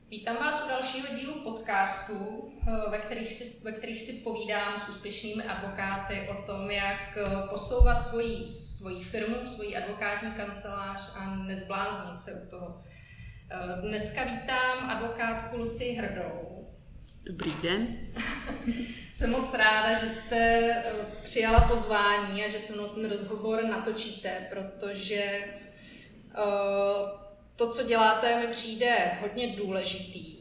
Vítám vás u dalšího dílu podcastu, ve kterých si povídám s úspěšnými advokáty o tom, jak posouvat svoji firmu, svoji advokátní kancelář a nezbláznit se u toho. Dneska vítám advokátku Lucii Hrdou. Dobrý den. Jsem moc ráda, že jste přijala pozvání a že se mnou ten rozhovor natočíte, protože to, co děláte, mi přijde hodně důležitý.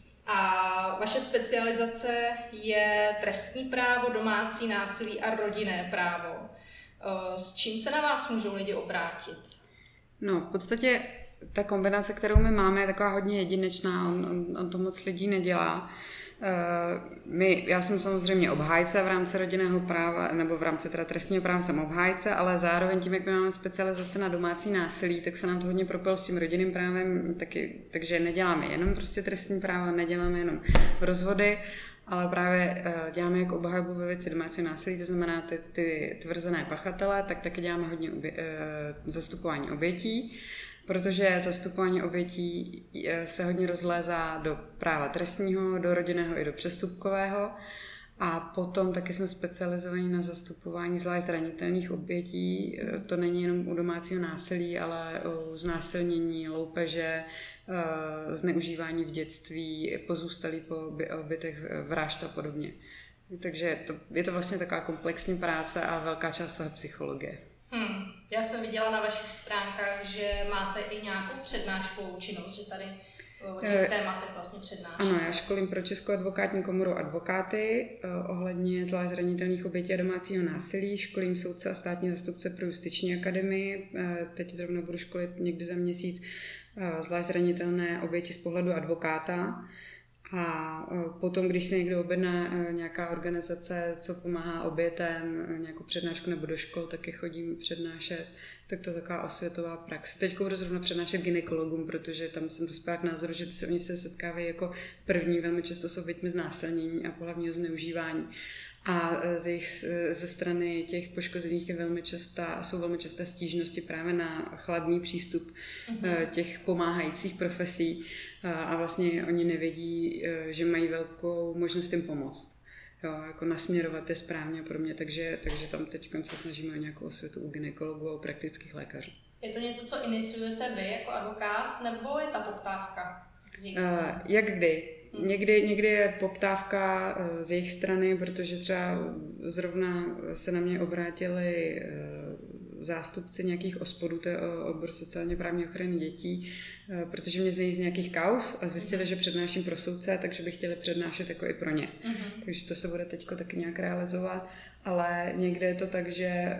A vaše specializace je trestní právo, domácí násilí a rodinné právo. S čím se na vás můžou lidi obrátit? No, v podstatě ta kombinace, kterou my máme, je taková hodně jedinečná, on to moc lidí nedělá. Já jsem samozřejmě obhájce v rámci rodinného práva, nebo v rámci teda trestního práva jsem obhájce, ale zároveň tím, jak my máme specializaci na domácí násilí, tak se nám to hodně propilo s tím rodinným právem taky, takže neděláme jenom prostě trestní práva, neděláme jenom rozvody, ale právě děláme jako obhajobu ve věci domácího násilí, to znamená ty tvrzené pachatele, tak taky děláme hodně zastupování obětí, protože zastupování obětí se hodně rozlézá do práva trestního, do rodinného i do přestupkového a potom taky jsme specializovaní na zastupování zvlášť zranitelných obětí. To není jenom u domácího násilí, ale u znásilnění, loupeže, zneužívání v dětství, pozůstalí po obětech vražd a podobně. Takže je to vlastně taková komplexní práce a velká část toho psychologie. Já jsem viděla na vašich stránkách, že máte i nějakou přednáškovou činnost, že tady o těch tématech vlastně přednášíte. Ano, já školím pro Českou advokátní komoru advokáty ohledně zvlášť zranitelných obětí a domácího násilí. Školím soudce a státní zástupce pro justiční akademii. Teď zrovna budu školit někdy za měsíc zvlášť zranitelné oběti z pohledu advokáta. A potom, když se někdo objedná nějaká organizace, co pomáhá obětem, nějakou přednášku nebo do škol, taky chodím přednášet, tak to je taková osvětová praxe. Teď budu zrovna přednášet gynekologům, protože tam jsem dospěla k názoru, že oni se setkávají jako první velmi často s oběťmi znásilnění a pohlavního zneužívání. A ze strany těch poškozených jsou velmi časté stížnosti právě na chladný přístup těch pomáhajících profesí a vlastně oni nevědí, že mají velkou možnost jim pomoct. Jo, jako nasměrovat je správně pro mě, takže tam teď se snažíme o nějakou osvětu u gynekologů a u praktických lékařů. Je to něco, co iniciujete vy jako advokát, nebo je ta poptávka? Jak kdy? Někdy je poptávka z jejich strany, protože třeba zrovna se na mě obrátili zástupci nějakých OSPODů, to je odbor sociálně právní ochrany dětí, protože mě znají z nějakých kauz a zjistili, že přednáším pro soudce, takže by chtěli přednášet jako i pro ně. Takže to se bude teďko taky nějak realizovat, ale někde je to tak, že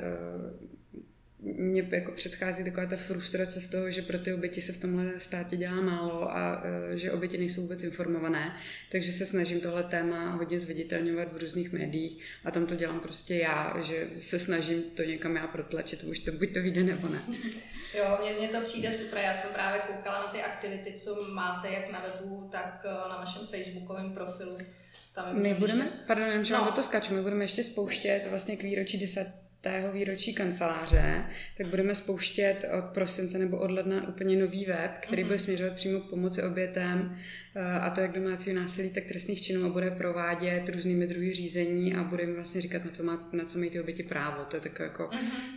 mně jako předchází taková ta frustrace z toho, že pro ty oběti se v tomhle státě dělá málo a že oběti nejsou vůbec informované, takže se snažím tohle téma hodně zviditelňovat v různých médiích a tam to dělám prostě já, že se snažím to někam já protlačit, buď to vyjde nebo ne. Jo, mně to přijde super, já jsem právě koukala na ty aktivity, co máte jak na webu, tak na vašem facebookovém profilu. Tam my budeme ještě spouštět vlastně k výročí 10. výročí kanceláře, tak budeme spouštět od prosince nebo od ledna úplně nový web, který bude směřovat přímo k pomoci obětem, a to jak domácího násilí, tak trestných činů a bude provádět různými druhy řízení a bude jim vlastně říkat, na co mají ty oběti právo. To je takové jako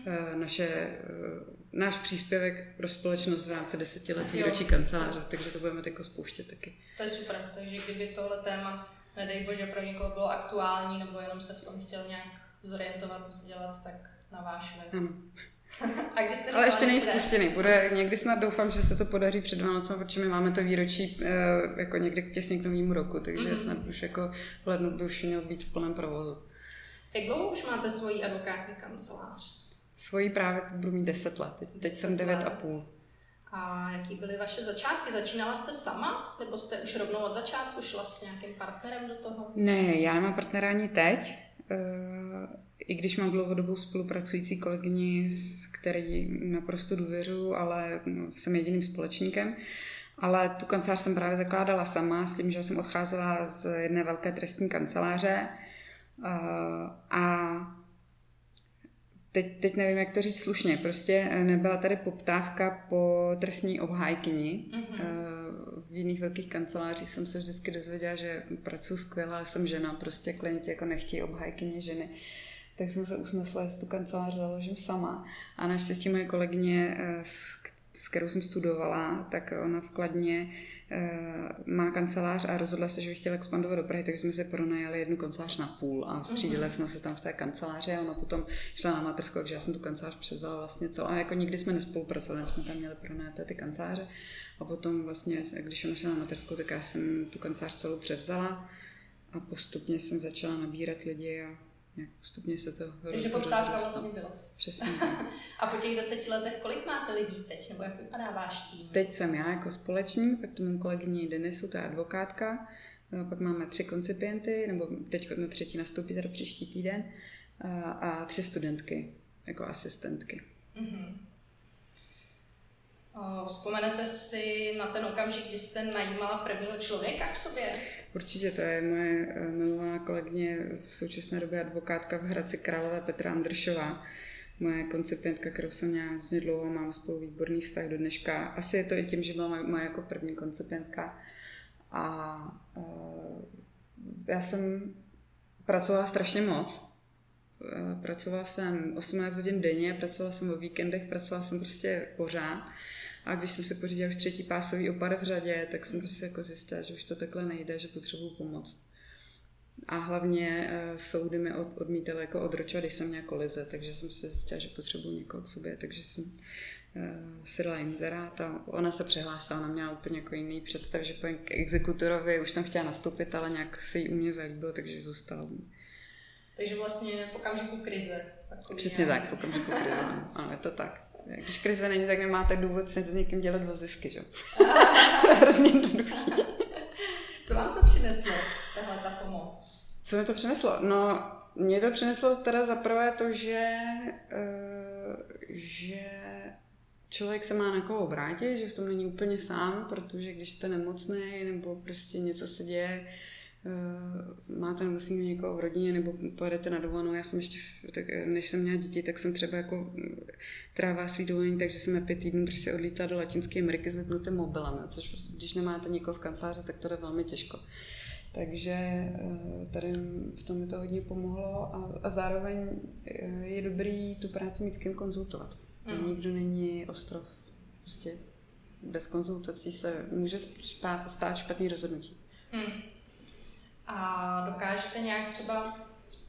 náš příspěvek pro společnost v rámci 10letí výročí kanceláře, takže to budeme teď spouštět taky. To je super, takže kdyby tohle téma, nedej bože, pro někoho bylo aktuální nebo jenom se v tom chtěl nějak zorientovat, vzdělat, tak na váš web. Ano. A když jste ale ještě není spuštěný. Bude někdy snad doufám, že se to podaří před Vánocem, protože my máme to výročí jako někdy těsně k novému roku, takže snad už jako v lednu by už měl být v plném provozu. Jak dlouho už máte svoji advokátní kancelář? Svoji právě budu mít 10 let. Teď jsem 9,5. A jaký byly vaše začátky? Začínala jste sama? Nebo jste už rovnou od začátku šla s nějakým partnerem do toho? Ne, já nemám partnera ani teď. I když mám dlouhodobou spolupracující kolegyni, který naprosto důvěřuji, ale jsem jediným společníkem. Ale tu kancelář jsem právě zakládala sama s tím, že jsem odcházela z jedné velké trestní kanceláře a teď nevím, jak to říct slušně, prostě nebyla tady poptávka po trestní obhájkyni. V jiných velkých kancelářích jsem se vždycky dozvěděla, že pracuji skvěle, ale jsem žena, prostě klienti jako nechtějí obhájkyně ženy. Tak jsem se usnesla, že tu kancelář založím sama. A naštěstí moje kolegyně, s kterou jsem studovala, tak ona v Kladně má kancelář a rozhodla se, že by chtěla expandovat do Prahy, takže jsme se pronajali jednu kancelář na půl a střídili jsme se tam v té kanceláři a ona potom šla na mateřskou, takže já jsem tu kancelář převzala vlastně celou. A jako nikdy jsme nespolupracovali, jsme tam měli pronajaté ty kanceláře a potom vlastně, když ona šla na mateřskou, tak já jsem tu kancelář celou převzala a postupně jsem začala nabírat lidi a nějak postupně se to takže poptávka vlastně byla. Přesně. A po těch 10 letech kolik máte lidí teď, nebo jak vypadá váš tým? Teď jsem já jako společník, pak tu mám kolegyni Denisu, to je advokátka, pak máme 3 koncipienty, nebo teď na 3. nastoupí teda příští týden, a 3 studentky jako asistentky. Mm-hmm. Vzpomenete si na ten okamžik, kdy jste najímala prvního člověka k sobě? Určitě, to je moje milovaná kolegyně, v současné době advokátka v Hradci Králové Petra Andršová. Moje koncipientka, kterou jsem měla vlastně dlouho, mám spolu výborný vztah do dneška. Asi je to i tím, že byla moje jako první koncipientka. A já jsem pracovala strašně moc. Pracovala jsem 18 hodin denně, pracovala jsem o víkendech, pracovala jsem prostě pořád. A když jsem si pořídila už 3. pásový opad v řadě, tak jsem prostě jako zjistila, že už to takhle nejde, že potřebuju pomoct. A hlavně soudy mi odmítaly jako odročovat, když jsem měla kolize, takže jsem si zjistila, že potřebuji někoho k sobě, takže jsem si dala inzerát a ona se přihlásila, ona měla úplně jako jiný představ, že pojď k exekutorovi, už tam chtěla nastoupit, ale nějak se jí u mě zalíbilo, takže zůstala. Takže vlastně v okamžiku krize. Přesně tak, v okamžiku krize, ano, je to tak. Když krize není, tak nemáte důvod se s někým dělat o zisky, že? To je hrozně jednoduchý. Co vám to přineslo, tahleta pomoc? Co mi to přineslo? No, mě to přineslo teda zaprvé to, že člověk se má na koho obrátit, že v tom není úplně sám, protože když jste nemocný nebo prostě něco se děje, máte nemocného někoho v rodině nebo pojedete na dovolenou. Já jsem ještě, než jsem měla děti, tak jsem třeba jako trávila svý dovolení, takže jsem na 5 týdnů prostě odlítala do Latinské Ameriky s vypnutým mobilem, což prostě, když nemáte někoho v kanceláři, tak to jde velmi těžko. Takže tady v tom mi to hodně pomohlo a zároveň je dobrý tu práci mít s kým konzultovat. Nikdo není ostrov. Prostě bez konzultací se může stát špatný rozhodnutí. A dokážete nějak třeba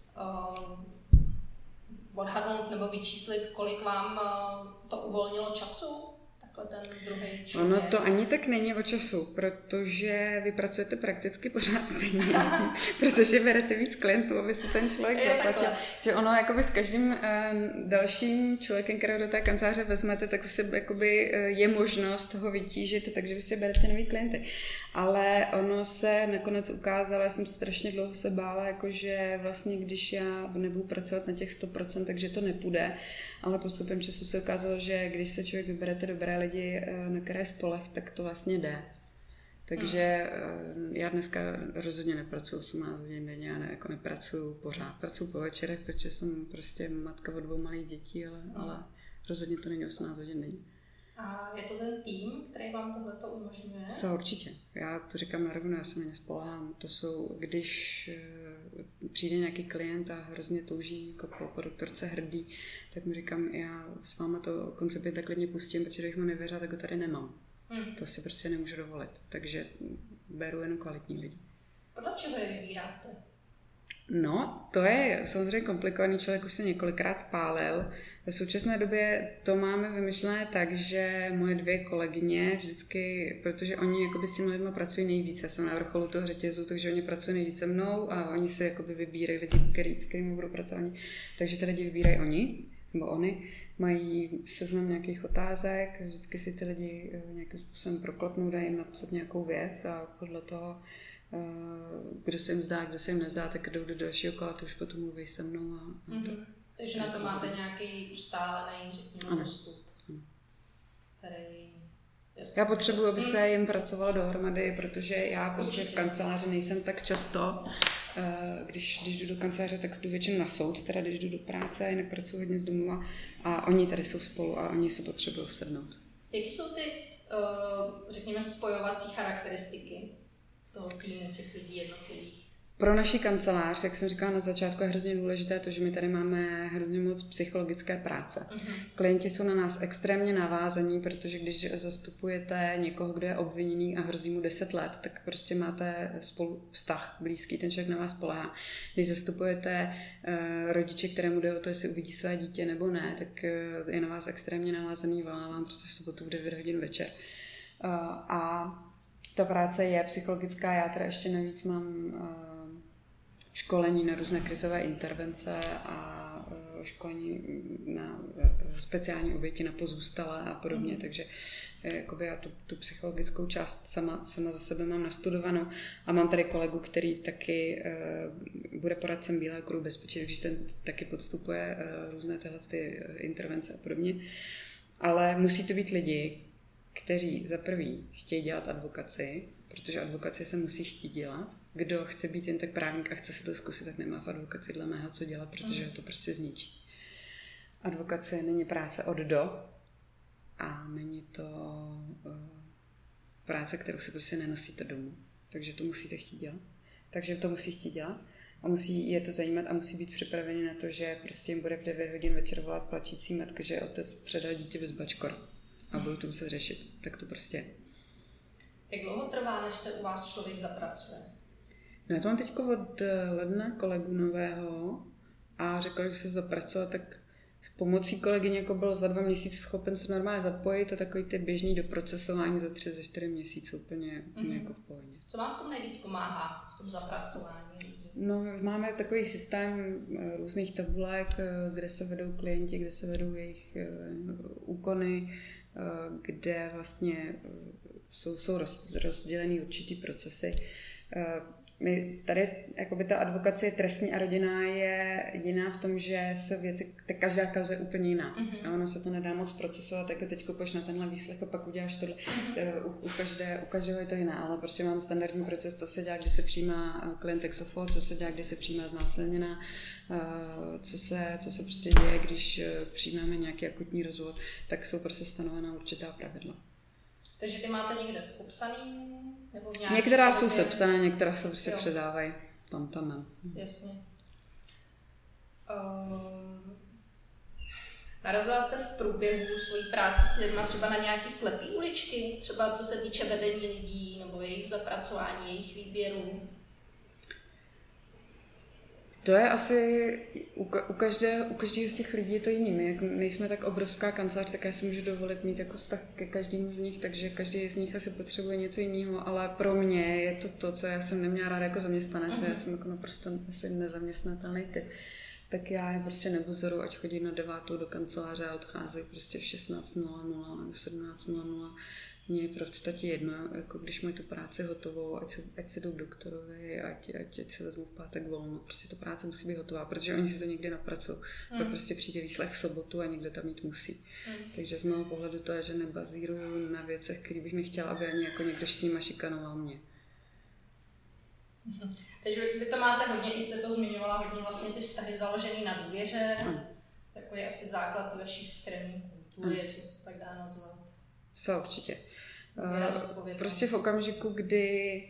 odhadnout nebo vyčíslit, kolik vám to uvolnilo času? Ten druhý člověk. Ono to ani tak není o času, protože vy pracujete prakticky pořád stejně, protože berete víc klientů, aby se ten člověk zaplatil. Že ono jakoby s každým dalším člověkem, kterého do té kanceláře vezmete, tak si jakoby je možnost ho vytížit, takže vy si berete nový klienty. Ale ono se nakonec ukázalo, já jsem strašně dlouho se bála, jakože vlastně když já nebudu pracovat na těch 100%, takže to nepůjde. Ale postupem času se ukázalo, že když se člověk vyberete dobré lidi, na které spoleh, tak to vlastně jde. Takže já dneska rozhodně nepracuji 18 hodin denně, já jako nepracuji pořád. Pracuji po večerech, protože jsem prostě matka od 2 malých dětí, ale rozhodně to není 18 hodin denně. A je to ten tým, který vám tohleto umožňuje? Určitě. Já to říkám na rovinu, já se na ně spolehám. To jsou, když přijde nějaký klient a hrozně touží jako po doktorce hrdý, tak mu říkám, já s váma to koncipienta klidně pustím, protože když mu nevěřím, tak ho tady nemám. To si prostě nemůžu dovolit. Takže beru jenom kvalitní lidi. Podle čeho je vybíráte? No, to je samozřejmě komplikovaný, člověk už se několikrát spálil. V současné době to máme vymyšlené tak, že moje 2 kolegyně vždycky, protože oni jakoby s těmi lidmi pracují nejvíc, já jsem na vrcholu toho řetězu, takže oni pracují nejvíc se mnou a oni se jakoby vybírají lidi, s kterými budou pracovat. Takže ty lidi vybírají oni, nebo oni, mají seznam nějakých otázek, vždycky si ty lidi nějakým způsobem proklepnou, dají jim napsat nějakou věc a podle toho kdo se jim zdá, kdo se jim nezdá, tak jdou do dalšího kola, to už potom mluví se mnou. Takže na to máte nějaký ustálený, řekněme, postup, který... Já potřebuji, aby se jim pracovalo dohromady, protože já prostě v kanceláři nejsem tak často. Když jdu do kanceláře, tak jdu většinou na soud, teda když jdu do práce, jinak pracuji hodně z domova a oni tady jsou spolu a oni se potřebují sednout. Jaký jsou ty řekněme, spojovací charakteristiky toho týmu, těch lidí jednotlivých? Pro naši kancelář, jak jsem říkala na začátku, je hrozně důležité to, že my tady máme hrozně moc psychologické práce. Klienti jsou na nás extrémně navázaní, protože když zastupujete někoho, kdo je obviněný a hrozí mu 10 let, tak prostě máte spolu vztah blízký, ten člověk na vás spoléhá. Když zastupujete rodiče, kterému jde o to, jestli uvidí své dítě nebo ne, tak je na vás extrémně navázaný, volá vám prostě v sobotu v 9 hodin večer. A ta práce je psychologická, já teda ještě navíc mám školení na různé krizové intervence a školení na speciální oběti na pozůstalé a podobně, takže jakoby já tu psychologickou část sama za sebe mám nastudovanou a mám tady kolegu, který taky bude poradcem Bílého kruhu bezpečí, takže ten taky podstupuje různé tyhle intervence a podobně, ale musí to být lidi, kteří za prvý chtějí dělat advokaci, protože advokaci se musí chtít dělat. Kdo chce být jen tak právník a chce si to zkusit, tak nemá v advokaci dle mého co dělat, protože to prostě zničí. Advokace není práce od do a není to práce, kterou si prostě nenosíte domů. Takže to musíte chtít dělat. Takže to musí chtít dělat a musí je to zajímat a musí být připraveni na to, že prostě jim bude v 9 hodin večer volat plačící matka, že otec předal dítě bez bačkor a budou to muset řešit. Tak to prostě je. Jak dlouho trvá, než se u vás člověk zapracuje? No já to mám teď od ledna kolegu nového a řekl, že se zapracovat, tak s pomocí kolegyně jako byl za 2 měsíce schopen se normálně zapojit a takový ty běžný doprocesování za 3-4 měsíce úplně jako v pohodě. Co vám v tom nejvíc pomáhá, v tom zapracování lidí? No, máme takový systém různých tabulek, kde se vedou klienti, kde se vedou jejich úkony, kde vlastně jsou rozdělený určitý procesy. My tady, jakoby ta advokacie trestní a rodinná je jiná v tom, že se věci, každá kauza je úplně jiná. A ono se to nedá moc procesovat, jako teď půjdeš na tenhle výslech a pak uděláš tohle. U každého je to jiná, ale prostě mám standardní proces, co se dělá, když se přijímá klient ex ofo, co se dělá, když se přijímá znásilněná, co se prostě děje, když přijímáme nějaký akutní rozvod, tak jsou prostě stanovená určitá pravidla. Takže ty máte někde sepsaný? Nebo některá jsou sepsané, některá se prostě předávají tam. Jasně. Narazila jste v průběhu svojí práce s lidma třeba na nějaký slepý uličky? Třeba co se týče vedení lidí nebo jejich zapracování, jejich výběru? To je asi, u každého z těch lidí je to jiný. My jak nejsme tak obrovská kancelář, tak já si můžu dovolit mít jako vztah ke každému z nich, takže každý z nich asi potřebuje něco jiného, ale pro mě je to, co já jsem neměla ráda jako zaměstnanec, já jsem jako naprosto asi nezaměstnatelný typ. Tak já je prostě nebuzoru, ať chodí na 9 do kanceláře a odcházejí prostě v 16:00 nebo v 17:00. Mně je v podstatě jedno, jako když mají tu práci hotovou, ať se jdou k doktorovi, ať se vezmou v pátek volno. Prostě ta práce musí být hotová, protože oni si to někdy napracují. Pak prostě přijde výslech v sobotu a někdo tam mít musí. Takže z mého pohledu to je, že nebazíruju na věcech, které bych nechtěla, aby ani jako někdo s nima šikanoval mě. Takže vy to máte hodně, i jste to zmiňovala, hodně vlastně ty vztahy založený na důvěře. Takový asi základ vaší firmy kultury, jestli se to tak dá nazvat. Co určitě. Prostě v okamžiku, kdy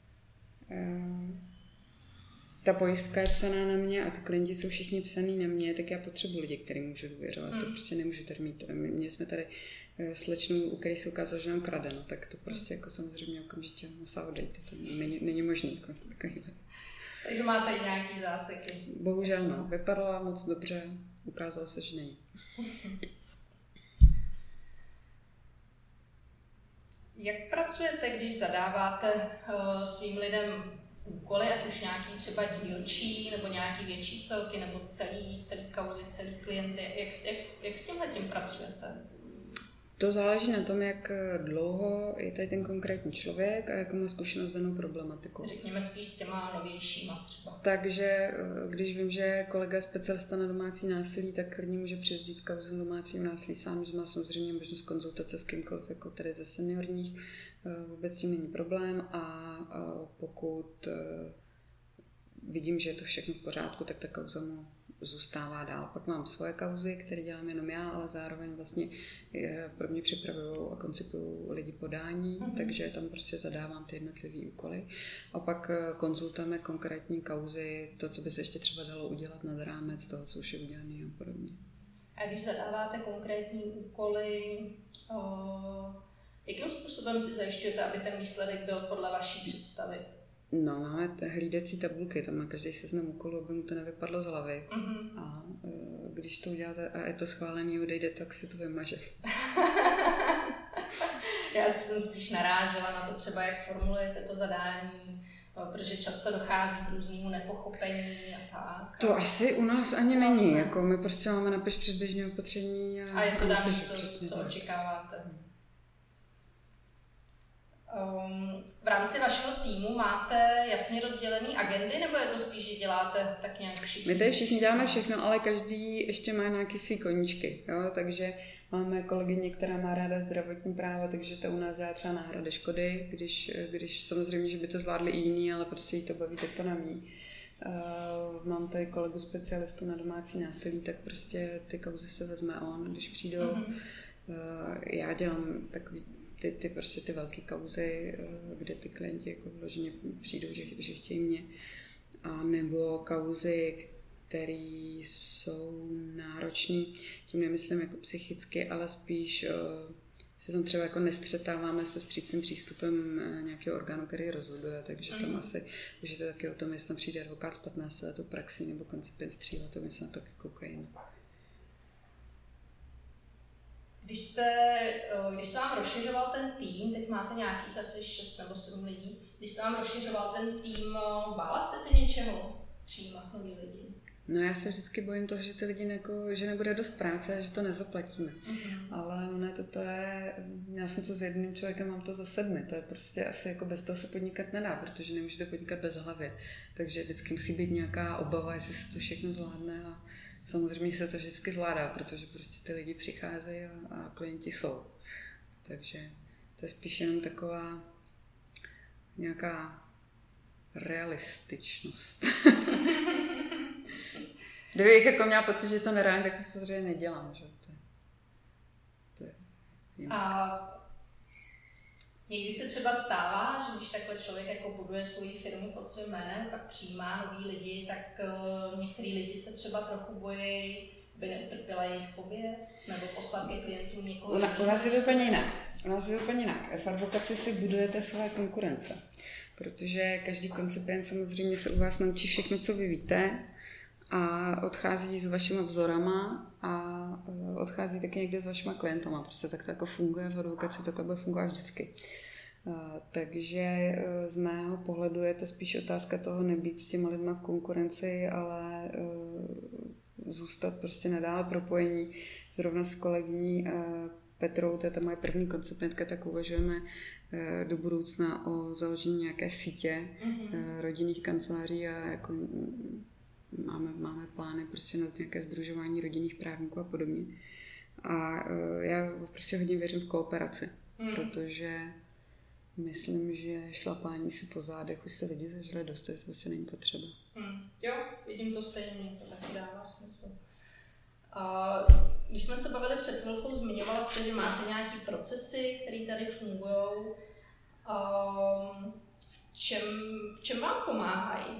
ta pojistka je psaná na mě a ty klienti jsou všichni psaný na mě, tak já potřebuji lidi, kterým můžu důvěřovat. To prostě nemůžu tady mít. My jsme tady slečnu, u který se ukázalo, že nám krade, no, tak to prostě jako samozřejmě okamžitě musela odejít. To není možné. Jako, takže máte i nějaký záseky? Bohužel no. Vypadala moc dobře, ukázalo se, že není. Jak pracujete, když zadáváte svým lidem úkoly, ať už nějaký třeba dílčí, nebo nějaký větší celky, nebo celý kauzy, celý klienty? Jak s tímhletím pracujete? To záleží na tom, jak dlouho je tady ten konkrétní člověk a jakou má zkušenost s danou problematikou. Řekněme spíš s těma novějšíma třeba. Takže když vím, že kolega je specialista na domácí násilí, tak klidně může převzít kauzu domácího násilí sám, že má samozřejmě možnost konzultace s kýmkoliv, jako tady ze seniorních. Vůbec tím není problém a pokud vidím, že je to všechno v pořádku, tak ta kauza mu zůstává dál. Pak mám svoje kauzy, které dělám jenom já, ale zároveň vlastně pro mě připravují a koncipují lidi podání, takže tam prostě zadávám ty jednotlivé úkoly. A pak konzultujeme konkrétní kauzy, to, co by se ještě třeba dalo udělat nad rámec toho, co už je udělané a podobně. A když zadáváte konkrétní úkoly, jakým způsobem si zajišťujete, aby ten výsledek byl podle vaší představy? No, máme hlídací tabulky, tam má každý seznam úkolů, aby mu to nevypadlo z hlavy. A když to uděláte a je to schválený, odejde, tak si to vymaže. Já jsem spíš narážela na to třeba, jak formulujete to zadání, protože často dochází k různému nepochopení a tak. To asi u nás ani není, jako my prostě máme napiš předběžné opatření a je to daný, co očekáváte. V rámci vašeho týmu máte jasně rozdělené agendy, nebo je to spíš, že děláte tak nějak všichni? My tady všichni děláme všechno, ale každý ještě má nějaký svý koníčky, jo? Takže máme kolegyně, která má ráda zdravotní právo, takže to u nás dělá třeba náhrady škody, když samozřejmě, že by to zvládli i jiný, ale prostě jí to baví, tak to neumí. Mám tady kolegu specialistu na domácí násilí, tak prostě ty kauzy se vezme on, když přijdou. Já dělám takový ty prostě ty velké kauzy, kde ty klienti jako vloženě přijdou, že chtějí mě. A nebo kauzy, které jsou náročné, tím nemyslím jako psychicky, ale spíš se tam třeba jako nestřetáváme se vstřícným přístupem nějakého orgánu, který rozhoduje, takže tam asi už je to taky o tom, jestli tam přijde advokát z 15 letou praxí nebo koncipient z 3 letou, my se na to koukají. Když se vám rozšiřoval ten tým, teď máte nějakých asi 6 nebo 7 lidí, když se vám rozšiřoval ten tým, bála jste se něčeho přijímat nový lidi? No já se vždycky bojím toho, že ty lidi že nebude dost práce a že to nezaplatíme. Ale to je, já jsem to s jedním člověkem, mám to za 7, to je prostě asi jako bez toho se podnikat nedá, protože nemůžete podnikat bez hlavy. Takže vždycky musí být nějaká obava, jestli se to všechno zvládne a samozřejmě se to vždycky zvládá, protože prostě ty lidi přicházejí a klienti jsou. Takže to je spíš jenom taková nějaká realističnost. Kdybych jako měla pocit, že to nereálně, tak to samozřejmě nedělám. Že? To je a někdy se třeba stává, že když takhle člověk jako buduje svoji firmu pod svým jménem, pak přijímá nový lidi, tak některý lidi se třeba trochu bojí, aby neutrpěla jejich pověst, nebo poslat ke klientům někoho. U nás je to úplně jinak. V advokaci si budujete své konkurence, protože každý koncipient samozřejmě se u vás naučí všechno, co vy víte, a odchází s vašimi vzorama a odchází taky někde s vašima klientama. Prostě tak to jako funguje v advokaci, takhle bude fungovat vždycky. Takže z mého pohledu je to spíš otázka toho nebýt s těma lidma v konkurenci, ale zůstat prostě nadále propojení. Zrovna s kolegyní Petrou, to je ta moje první koncipientka, tak uvažujeme do budoucna o založení nějaké sítě rodinných kanceláří a jako máme plány prostě na nějaké sdružování rodinných právníků a podobně. A já prostě hodně věřím v kooperaci, protože myslím, že šlapání si po zádech už se lidi zažili dost, to prostě není potřeba. Jo, vidím to stejně, to taky dává smysl. Když jsme se bavili před chvilkou, zmiňovala se, že máte nějaký procesy, které tady fungují. V čem vám pomáhají?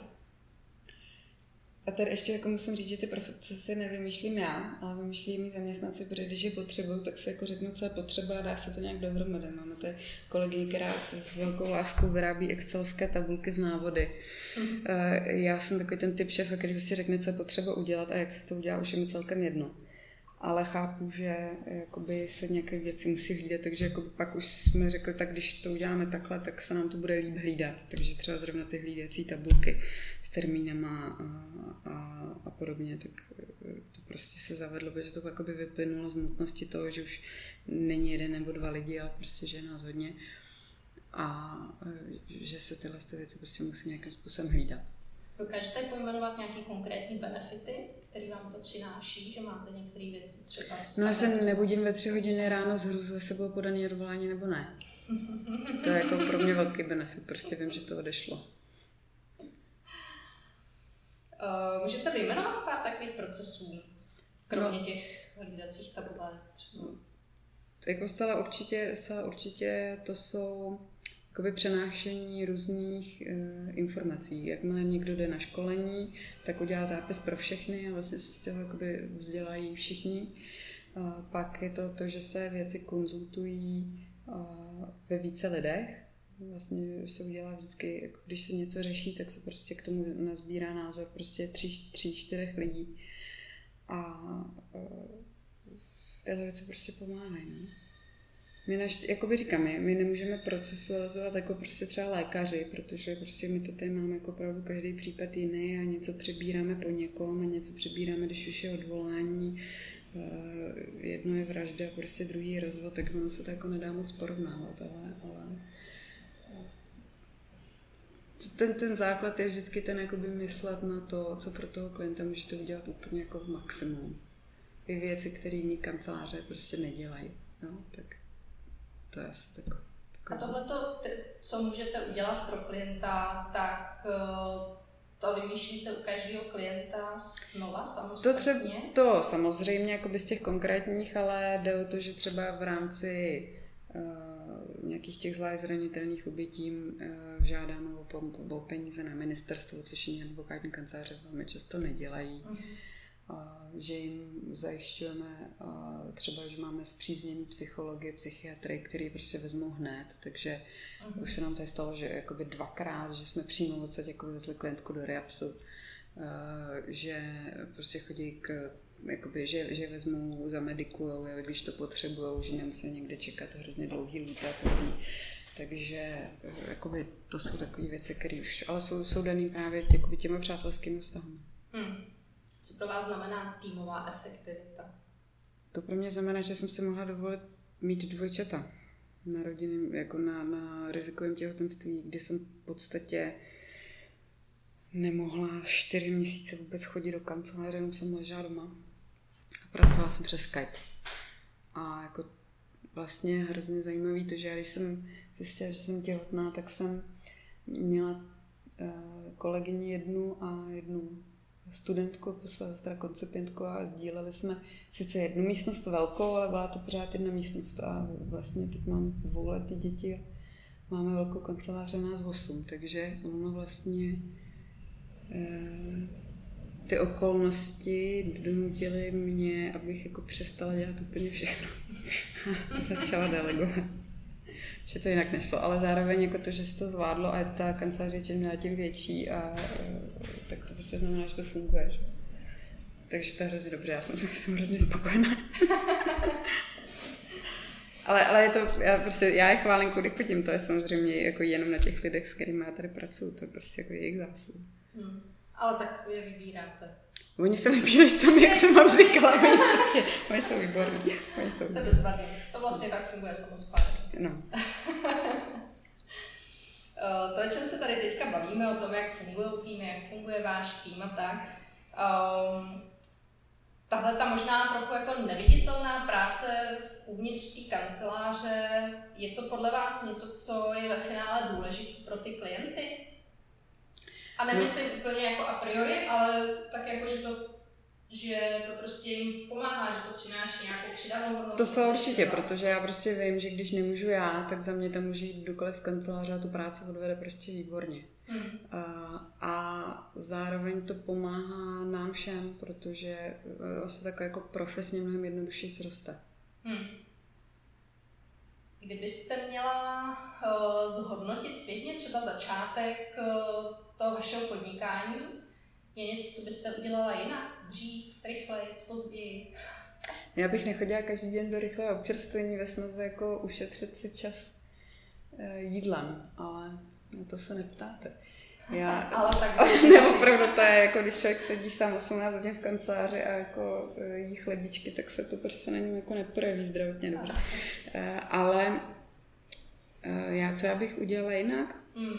A tady ještě jako musím říct, že ty procesy nevymýšlím já, ale vymýšlí mi zaměstnanci, protože když je potřebují, tak se jako řeknu, co je potřeba a dá se to nějak dohromady. Máme tady kolegyni, která se s velkou láskou vyrábí excelovské tabulky z návody. Já jsem takový ten typ šéfa, který prostě řekne, co je potřeba udělat a jak se to udělá, už je mi celkem jedno. Ale chápu, že jakoby se nějaké věci musí hlídat, takže jako pak už jsme řekli, tak když to uděláme takhle, tak se nám to bude líp hlídat. Takže třeba zrovna ty hlídací tabulky s termínama a podobně, tak to prostě se zavedlo, protože to jakoby vyplynulo z nutnosti toho, že už není 1 nebo 2 lidi, ale prostě, že je nás hodně a že se tyhle věci prostě musí nějakým způsobem hlídat. Dokážete pojmenovat nějaké konkrétní benefity, které vám to přináší, že máte některé věci třeba... No já se nebudím ve 3 hodiny ráno z hruzu, jestli bylo podaný odvolání nebo ne. To je jako pro mě velký benefit, prostě vím, že to odešlo. Můžete vyjmenovat pár takových procesů, kromě těch hlídacích tabulek třeba? Jako zcela určitě to jsou jakoby přenášení různých informací. Jakmile někdo jde na školení, tak udělá zápis pro všechny a vlastně se z toho jakoby vzdělají všichni. Pak je to, že se věci konzultují ve více lidech. Vlastně se udělá vždycky, jako když se něco řeší, tak se prostě k tomu nazbírá názor prostě 3-4 lidí. A tyhle věci prostě pomáhají. No? Jakoby říkám, my nemůžeme procesualizovat jako prostě třeba lékaři, protože prostě my to tady máme jako opravdu každý případ jiný a něco přebíráme po někom a něco přebíráme, když už je odvolání. Jedno je vražda, prostě druhý je rozvod, tak ono se to jako nedá moc porovnávat, ale ten základ je vždycky ten jakoby myslet na to, co pro toho klienta můžete udělat úplně jako maximum. I věci, které jiný kanceláře prostě nedělají. Jo? Tak to je asi takové. A tohleto, co můžete udělat pro klienta, tak to vymýšlíte u každého klienta znova samostatně? To samozřejmě jako z těch konkrétních, ale jde o to, že třeba v rámci nějakých těch zvlášť zranitelných obětí žádáme o peníze na ministerstvo, což jiní advokátní kanceláře velmi často nedělají. Že jim zajišťujeme třeba, že máme spřízněný psychology, psychiatry, který prostě vezmou hned, takže už se nám tady stalo, že jakoby 2krát, že jsme přímo odsaď jakoby vezli klientku do reapsu, že prostě chodí jakoby, že vezmou, zamedikujou, když to potřebujou, že nemusí někde čekat hrozně dlouhý lůta. Takže jakoby, to jsou takové věci, které už, ale jsou daný právě těma přátelskými vztahami. Co pro vás znamená týmová efektivita? To pro mě znamená, že jsem si mohla dovolit mít dvojčata na rodinném, jako na rizikovém těhotenství, kdy jsem v podstatě nemohla 4 měsíce vůbec chodit do kanceláře, jenom jsem ležela doma a pracovala jsem přes Skype. A jako vlastně hrozně zajímavý to, že já když jsem zjistila, že jsem těhotná, tak jsem měla kolegyni jednu studentku, teda koncipientku a sdíleli jsme sice jednu místnost velkou, ale byla to pořád jedna místnost a vlastně teď mám 2letý děti a máme velkou kancelář a nás 8, takže ono vlastně ty okolnosti donutily mě, abych jako přestala dělat úplně všechno a začala delegovat. Že to jinak nešlo, ale zároveň jako to, že se to zvládlo a ta kancelář je čím dál tím větší a tak to prostě znamená, že to funguje. Že? Takže to je hrozně dobře, já jsem hrozně spokojená. ale je to, já je chválím, kudy chodím, to je samozřejmě jako jenom na těch lidech, s kterými já tady pracuju, to je prostě jako jejich zásluh. Ale tak je vybíráte. Oni se vybírají sami, jak jsem vám říkala, oni jsou výborní. To je bezvadný, to vlastně tak funguje samospádně. No. To, o čem se tady teďka bavíme, o tom, jak fungují týmy, jak funguje váš tým a tak, tahle ta možná trochu jako neviditelná práce uvnitř té kanceláře, je to podle vás něco, co je ve finále důležité pro ty klienty? A nemyslím úplně jako a priori, ale tak jako, že to prostě jim pomáhá, že to přináší nějakou přidanou hodnotu. To jsou určitě, protože já prostě vím, že když nemůžu já, tak za mě tam může jít kdokoliv z kanceláře a tu práci odvede prostě výborně. A zároveň to pomáhá nám všem, protože se takhle jako profesně mnohem jednodušeji roste. Kdybyste měla zhodnotit zpětně třeba začátek toho vašeho podnikání, je něco, co byste udělala jinak? Dřív, rychleji, později? Já bych nechodila každý den do rychlého občerstvení ve snaze jako ušetřit si čas jídlem, ale na to se neptáte. Ale tak nebo opravdu to je, jako když člověk sedí sám 18 hodin v kanceláři a jako jí chlebíčky, tak se to prostě na něm jako neprojeví zdravotně dobře. Ale co já bych udělala jinak?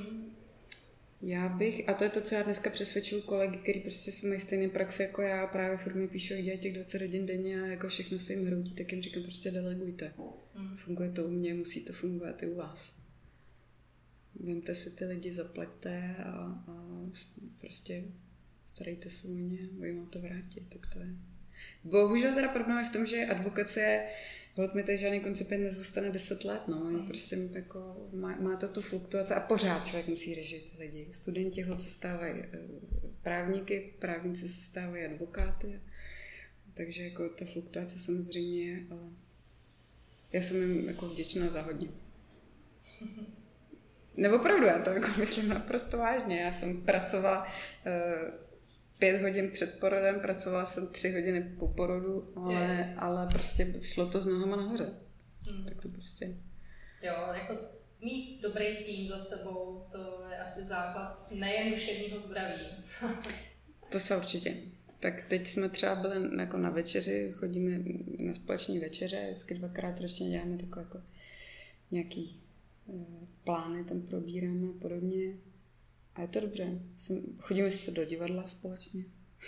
A to je to, co já dneska přesvědčuju kolegy, kteří prostě mají stejné praxe jako já, právě furt mi píšou, dělají těch 20 hodin denně a jako všechno se jim hroutí, tak jim říkám, prostě delegujte. Funguje to u mě, musí to fungovat i u vás. Vemte si ty lidi, zaplaťte a prostě starejte se o ně, vy vám to vrátí, tak to je. Bohužel teda problém je v tom, že advokacie, mi tady žádný koncipient nezůstane 10 let, no, prostě jako má to tu fluktuaci a pořád člověk musí řešit lidi. Studenti ho se stávají právníky, právníci se stávají advokáty, takže jako ta fluktuace samozřejmě je, ale já jsem jim jako vděčná za hodně. Nebo opravdu, já to jako myslím naprosto vážně. Já jsem pracovala 5 hodin před porodem, pracovala jsem 3 hodiny po porodu, ale prostě šlo to s nohama nahoře. Tak to prostě... Jo, jako mít dobrý tým za sebou, to je asi základ nejen duševního zdraví. To se určitě. Tak teď jsme třeba byli jako na večeři, chodíme na společní večeře, vždycky 2krát ročně děláme takové jako nějaký plány, tam probíráme a podobně. A je to dobře. Chodíme se do divadla společně.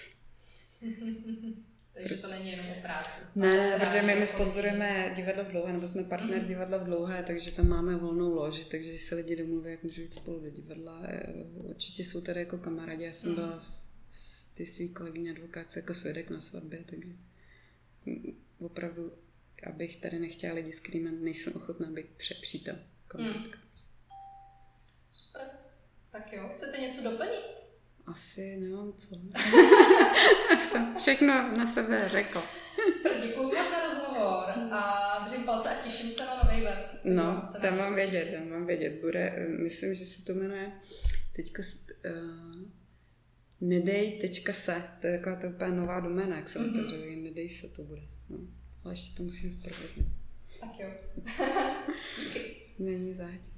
Takže to není jenom o práci. Ne, protože my sponzorujeme divadlo v Dlouhé, nebo jsme partner divadla v Dlouhé, takže tam máme volnou loži, takže když se lidi domluví, jak můžu jít spolu do divadla. Určitě jsou tady jako kamarádi, já jsem byla ty svý kolegyně advokátce jako svědek na svatbě, takže opravdu, abych tady nechtěla lidi, s kterými nejsem ochotná být přítel. Super. Tak jo, chcete něco doplnit? Asi nemám co. Jsem všechno na sebe řekla. Super, děkuji moc za rozhovor a držím palce a těším se na nový web. No, tam mám vědět. Bude, myslím, že se to jmenuje teďko nedej.se. To je taková ta úplně nová doména, jak se otevře. Nedej se to bude. No, ale ještě to musím zprovoznit. Tak jo. Díky. Není zač.